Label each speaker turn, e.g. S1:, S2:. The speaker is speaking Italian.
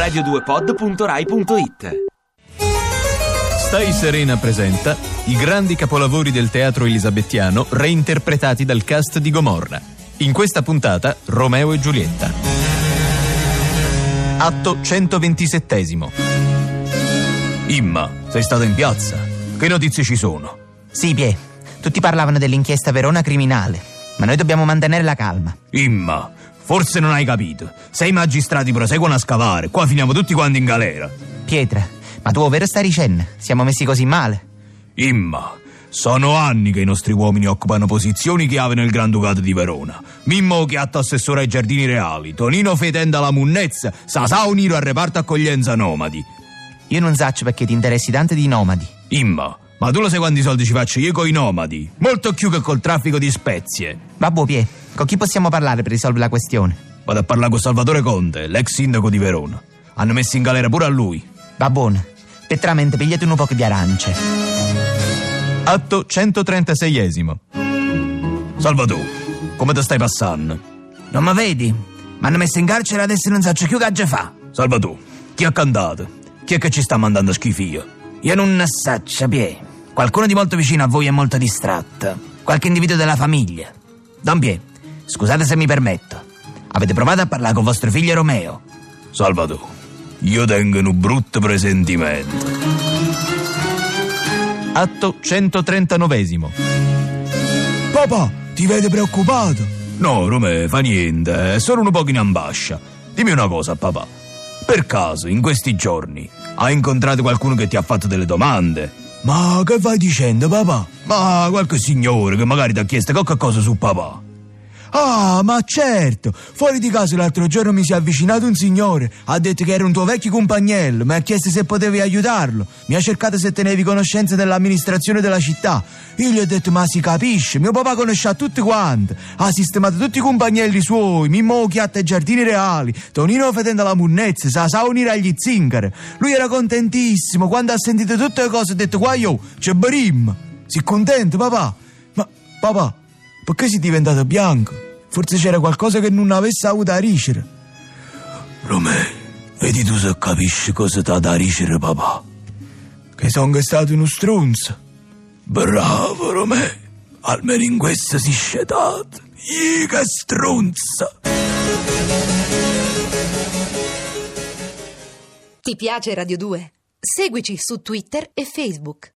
S1: radio2pod.rai.it.
S2: Stai Serena presenta i grandi capolavori del teatro elisabettiano reinterpretati dal cast di Gomorra. In questa puntata Romeo e Giulietta. Atto 127. Imma, sei stata in piazza? Che notizie ci sono?
S3: Sì, Pie, tutti parlavano dell'inchiesta Verona criminale, ma noi dobbiamo mantenere la calma.
S2: Imma, forse non hai capito. Se i magistrati proseguono a scavare, qua finiamo tutti quanti in galera.
S3: Pietra, ma tu ovvero stai dicendo? Siamo messi così male?
S2: Imma, sono anni che i nostri uomini occupano posizioni chiave nel Granducato di Verona. Mimmo Chiatto assessore ai giardini reali, Tonino fetenda la munnezza, Sasà unito al reparto accoglienza nomadi.
S3: Io non saccio perché ti interessi tanto di nomadi.
S2: Imma, ma tu lo sai quanti soldi ci faccio io coi nomadi? Molto più che col traffico di spezie.
S3: Vabbè, Pie, con chi possiamo parlare per risolvere la questione?
S2: Vado a parlare con Salvatore Conte, l'ex sindaco di Verona. Hanno messo in galera pure a lui.
S3: Va buono, petramente pigliate un po' di arance.
S2: Atto 136. Salvatore, come te stai passando?
S3: Non mi vedi? Mi hanno messo in carcere e adesso non so più che fa.
S2: Salvatore, chi ha cantato? Chi è che ci sta mandando schifio?
S3: Io non ne saccio, Pie. Qualcuno di molto vicino a voi è molto distratto. Qualche individuo della famiglia. Don Pie, scusate se mi permetto. Avete provato a parlare con vostro figlio Romeo?
S2: Salvatore, io tengo un brutto presentimento. Atto 139.
S4: Papà, ti vede preoccupato?
S2: No, Romeo, fa niente, è solo un poco in ambascia. Dimmi una cosa, papà. Per caso, in questi giorni, hai incontrato qualcuno che ti ha fatto delle domande?
S4: Ma che vai dicendo, papà?
S2: Ma qualche signore che magari ti ha chiesto qualche cosa su papà.
S4: Ah, ma certo! Fuori di casa l'altro giorno mi si è avvicinato un signore, ha detto che era un tuo vecchio compagnello, mi ha chiesto se potevi aiutarlo, mi ha cercato se tenevi conoscenza dell'amministrazione della città. Io gli ho detto, ma si capisce, mio papà conosce a tutti quanti, ha sistemato tutti i compagnelli suoi, Mimmo Chiatto ai giardini reali, Tonino fetenda la munnezza, Sasà unire agli zingari. Lui era contentissimo, quando ha sentito tutte le cose ha detto, qua io, c'è Barim. Sei contento, papà? Ma, papà, perché sei diventato bianco? Forse c'era qualcosa che non avesse avuto a ricere.
S2: Romeo, vedi tu se capisci cosa t'ha da ricere, papà.
S4: Che sono stato uno stronzo.
S2: Bravo, Romeo. Almeno in questo si scedato. Io che stronza.
S5: Ti piace Radio 2? Seguici su Twitter e Facebook.